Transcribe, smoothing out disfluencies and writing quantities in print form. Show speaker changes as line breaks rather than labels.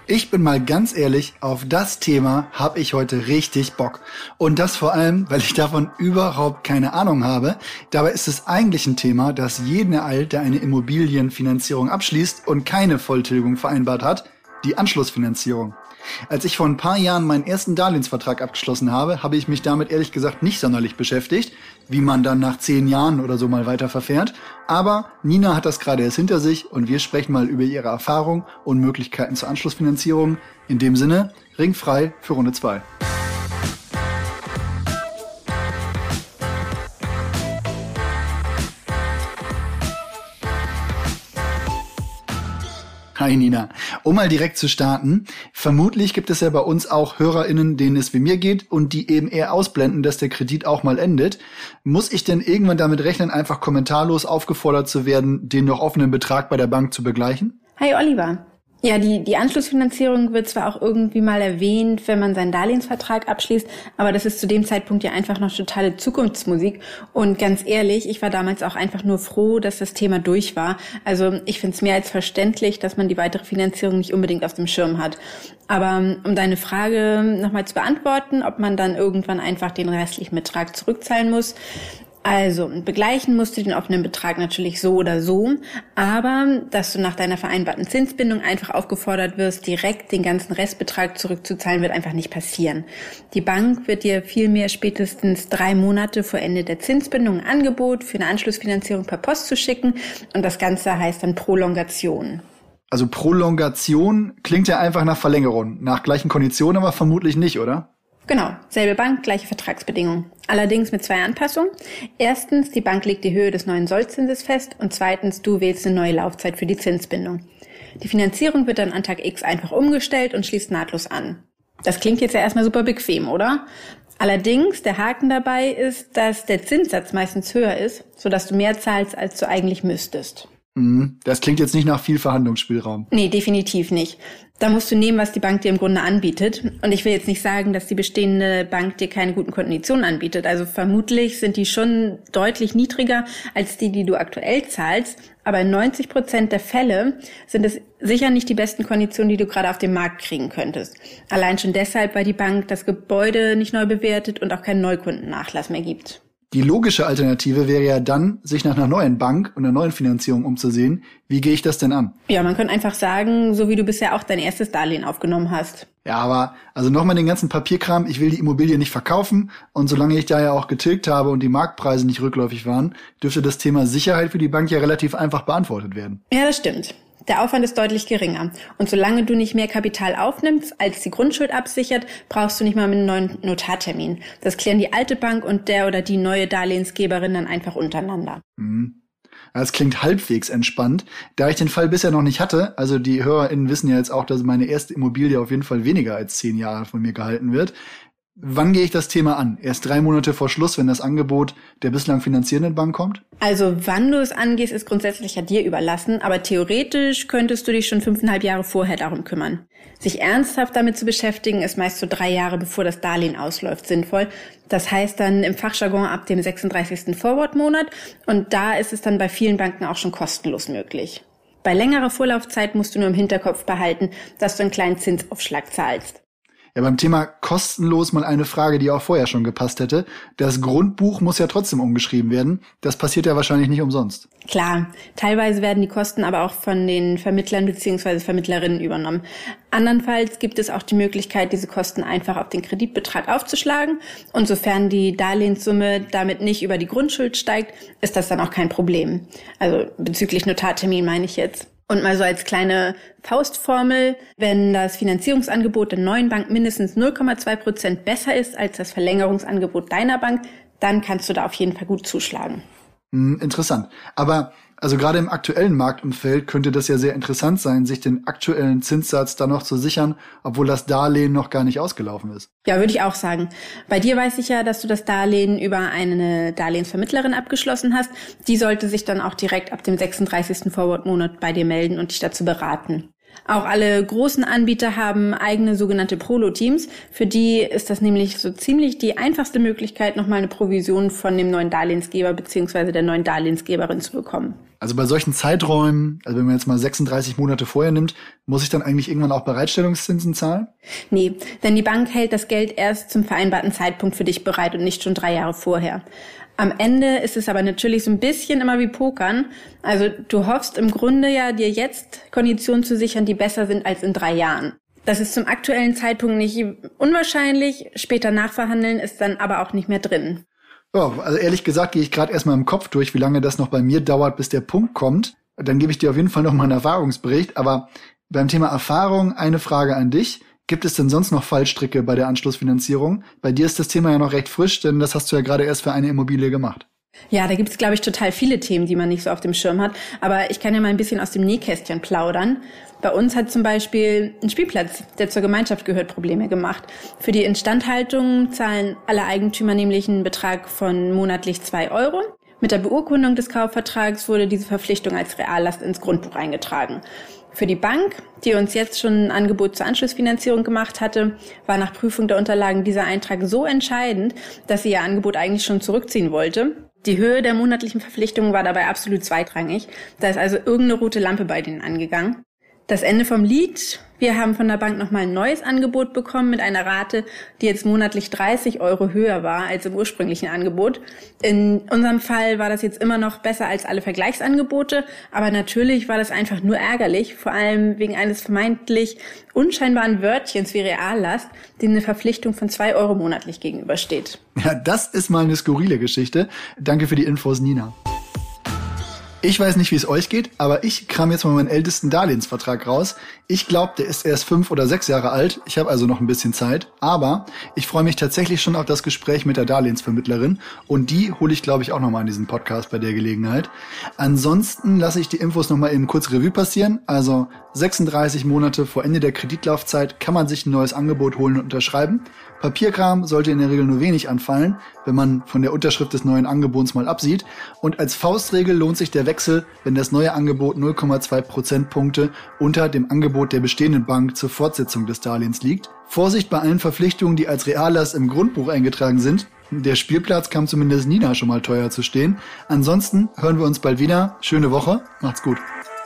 Ich bin mal ganz ehrlich, auf das Thema habe ich heute richtig Bock. Und das vor allem, weil ich davon überhaupt keine Ahnung habe. Dabei ist es eigentlich ein Thema, das jeden ereilt, der eine Immobilienfinanzierung abschließt und keine Volltilgung vereinbart hat, die Anschlussfinanzierung. Als ich vor ein paar Jahren meinen ersten Darlehensvertrag abgeschlossen habe, habe ich mich damit ehrlich gesagt nicht sonderlich beschäftigt, wie man dann nach 10 Jahren oder so mal weiter verfährt. Aber Nina hat das gerade erst hinter sich und wir sprechen mal über ihre Erfahrung und Möglichkeiten zur Anschlussfinanzierung. In dem Sinne, ringfrei für Runde 2. Hi Nina. Um mal direkt zu starten, vermutlich gibt es ja bei uns auch HörerInnen, denen es wie mir geht und die eben eher ausblenden, dass der Kredit auch mal endet. Muss ich denn irgendwann damit rechnen, einfach kommentarlos aufgefordert zu werden, den noch offenen Betrag bei der Bank zu begleichen?
Hi Oliver. Ja, die Anschlussfinanzierung wird zwar auch irgendwie mal erwähnt, wenn man seinen Darlehensvertrag abschließt, aber das ist zu dem Zeitpunkt ja einfach noch totale Zukunftsmusik. Und ganz ehrlich, ich war damals auch einfach nur froh, dass das Thema durch war. Also ich finde es mehr als verständlich, dass man die weitere Finanzierung nicht unbedingt auf dem Schirm hat. Aber um deine Frage nochmal zu beantworten, ob man dann irgendwann einfach den restlichen Betrag zurückzahlen muss. Also, begleichen musst du den offenen Betrag natürlich so oder so, aber dass du nach deiner vereinbarten Zinsbindung einfach aufgefordert wirst, direkt den ganzen Restbetrag zurückzuzahlen, wird einfach nicht passieren. Die Bank wird dir vielmehr spätestens 3 Monate vor Ende der Zinsbindung ein Angebot für eine Anschlussfinanzierung per Post zu schicken und das Ganze heißt dann Prolongation.
Also Prolongation klingt ja einfach nach Verlängerung, nach gleichen Konditionen, aber vermutlich nicht, oder?
Genau, selbe Bank, gleiche Vertragsbedingungen. Allerdings mit 2 Anpassungen. Erstens, die Bank legt die Höhe des neuen Sollzinses fest und zweitens, du wählst eine neue Laufzeit für die Zinsbindung. Die Finanzierung wird dann an Tag X einfach umgestellt und schließt nahtlos an. Das klingt jetzt ja erstmal super bequem, oder? Allerdings, der Haken dabei ist, dass der Zinssatz meistens höher ist, sodass du mehr zahlst, als du eigentlich müsstest.
Das klingt jetzt nicht nach viel Verhandlungsspielraum.
Nee, definitiv nicht. Da musst du nehmen, was die Bank dir im Grunde anbietet. Und ich will jetzt nicht sagen, dass die bestehende Bank dir keine guten Konditionen anbietet. Also vermutlich sind die schon deutlich niedriger als die du aktuell zahlst. Aber in 90% der Fälle sind es sicher nicht die besten Konditionen, die du gerade auf dem Markt kriegen könntest. Allein schon deshalb, weil die Bank das Gebäude nicht neu bewertet und auch keinen Neukundennachlass mehr gibt.
Die logische Alternative wäre ja dann, sich nach einer neuen Bank und einer neuen Finanzierung umzusehen. Wie gehe ich das denn an?
Ja, man könnte einfach sagen, so wie du bisher auch dein erstes Darlehen aufgenommen hast.
Ja, aber also nochmal den ganzen Papierkram, ich will die Immobilie nicht verkaufen und solange ich da ja auch getilgt habe und die Marktpreise nicht rückläufig waren, dürfte das Thema Sicherheit für die Bank ja relativ einfach beantwortet werden.
Ja, das stimmt. Der Aufwand ist deutlich geringer. Und solange du nicht mehr Kapital aufnimmst, als die Grundschuld absichert, brauchst du nicht mal einen neuen Notartermin. Das klären die alte Bank und der oder die neue Darlehensgeberin dann einfach untereinander.
Das klingt halbwegs entspannt. Da ich den Fall bisher noch nicht hatte, also die HörerInnen wissen ja jetzt auch, dass meine erste Immobilie auf jeden Fall weniger als 10 Jahre von mir gehalten wird. Wann gehe ich das Thema an? Erst 3 Monate vor Schluss, wenn das Angebot der bislang finanzierenden Bank kommt?
Also wann du es angehst, ist grundsätzlich ja dir überlassen, aber theoretisch könntest du dich schon 5,5 Jahre vorher darum kümmern. Sich ernsthaft damit zu beschäftigen, ist meist so 3 Jahre, bevor das Darlehen ausläuft, sinnvoll. Das heißt dann im Fachjargon ab dem 36. Forward-Monat und da ist es dann bei vielen Banken auch schon kostenlos möglich. Bei längerer Vorlaufzeit musst du nur im Hinterkopf behalten, dass du einen kleinen Zinsaufschlag zahlst.
Ja, beim Thema kostenlos mal eine Frage, die auch vorher schon gepasst hätte. Das Grundbuch muss ja trotzdem umgeschrieben werden. Das passiert ja wahrscheinlich nicht umsonst.
Klar, teilweise werden die Kosten aber auch von den Vermittlern bzw. Vermittlerinnen übernommen. Andernfalls gibt es auch die Möglichkeit, diese Kosten einfach auf den Kreditbetrag aufzuschlagen. Und sofern die Darlehenssumme damit nicht über die Grundschuld steigt, ist das dann auch kein Problem. Also bezüglich Notartermin meine ich jetzt. Und mal so als kleine Faustformel, wenn das Finanzierungsangebot der neuen Bank mindestens 0,2% besser ist als das Verlängerungsangebot deiner Bank, dann kannst du da auf jeden Fall gut zuschlagen.
Interessant. Aber also gerade im aktuellen Marktumfeld könnte das ja sehr interessant sein, sich den aktuellen Zinssatz dann noch zu sichern, obwohl das Darlehen noch gar nicht ausgelaufen ist.
Ja, würde ich auch sagen. Bei dir weiß ich ja, dass du das Darlehen über eine Darlehensvermittlerin abgeschlossen hast. Die sollte sich dann auch direkt ab dem 36. Forward-Monat bei dir melden und dich dazu beraten. Auch alle großen Anbieter haben eigene sogenannte Prolo-Teams. Für die ist das nämlich so ziemlich die einfachste Möglichkeit, nochmal eine Provision von dem neuen Darlehensgeber bzw. der neuen Darlehensgeberin zu bekommen.
Also bei solchen Zeiträumen, also wenn man jetzt mal 36 Monate vorher nimmt, muss ich dann eigentlich irgendwann auch Bereitstellungszinsen zahlen?
Nee, denn die Bank hält das Geld erst zum vereinbarten Zeitpunkt für dich bereit und nicht schon 3 Jahre vorher. Am Ende ist es aber natürlich so ein bisschen immer wie Pokern. Also du hoffst im Grunde ja, dir jetzt Konditionen zu sichern, die besser sind als in 3 Jahren. Das ist zum aktuellen Zeitpunkt nicht unwahrscheinlich. Später nachverhandeln ist dann aber auch nicht mehr drin.
Ja, also ehrlich gesagt gehe ich gerade erstmal im Kopf durch, wie lange das noch bei mir dauert, bis der Punkt kommt. Dann gebe ich dir auf jeden Fall noch mal einen Erfahrungsbericht. Aber beim Thema Erfahrung eine Frage an dich. Gibt es denn sonst noch Fallstricke bei der Anschlussfinanzierung? Bei dir ist das Thema ja noch recht frisch, denn das hast du ja gerade erst für eine Immobilie gemacht.
Ja, da gibt es, glaube ich, total viele Themen, die man nicht so auf dem Schirm hat. Aber ich kann ja mal ein bisschen aus dem Nähkästchen plaudern. Bei uns hat zum Beispiel ein Spielplatz, der zur Gemeinschaft gehört, Probleme gemacht. Für die Instandhaltung zahlen alle Eigentümer nämlich einen Betrag von monatlich 2 Euro. Mit der Beurkundung des Kaufvertrags wurde diese Verpflichtung als Reallast ins Grundbuch eingetragen. Für die Bank, die uns jetzt schon ein Angebot zur Anschlussfinanzierung gemacht hatte, war nach Prüfung der Unterlagen dieser Eintrag so entscheidend, dass sie ihr Angebot eigentlich schon zurückziehen wollte. Die Höhe der monatlichen Verpflichtungen war dabei absolut zweitrangig. Da ist also irgendeine rote Lampe bei denen angegangen. Das Ende vom Lied: Wir haben von der Bank nochmal ein neues Angebot bekommen mit einer Rate, die jetzt monatlich 30 Euro höher war als im ursprünglichen Angebot. In unserem Fall war das jetzt immer noch besser als alle Vergleichsangebote, aber natürlich war das einfach nur ärgerlich, vor allem wegen eines vermeintlich unscheinbaren Wörtchens wie Reallast, dem eine Verpflichtung von 2 Euro monatlich gegenübersteht.
Ja, das ist mal eine skurrile Geschichte. Danke für die Infos, Nina. Ich weiß nicht, wie es euch geht, aber ich kram jetzt mal meinen ältesten Darlehensvertrag raus. Ich glaube, der ist erst 5 oder 6 Jahre alt. Ich habe also noch ein bisschen Zeit. Aber ich freue mich tatsächlich schon auf das Gespräch mit der Darlehensvermittlerin. Und die hole ich, glaube ich, auch nochmal in diesen Podcast bei der Gelegenheit. Ansonsten lasse ich die Infos nochmal eben kurz Revue passieren. Also 36 Monate vor Ende der Kreditlaufzeit kann man sich ein neues Angebot holen und unterschreiben. Papierkram sollte in der Regel nur wenig anfallen, wenn man von der Unterschrift des neuen Angebots mal absieht. Und als Faustregel lohnt sich der Wechsel, wenn das neue Angebot 0,2 Prozentpunkte unter dem Angebot der bestehenden Bank zur Fortsetzung des Darlehens liegt. Vorsicht bei allen Verpflichtungen, die als Reallast im Grundbuch eingetragen sind. Der Spielplatz kam zumindest Nina schon mal teuer zu stehen. Ansonsten hören wir uns bald wieder. Schöne Woche. Macht's gut.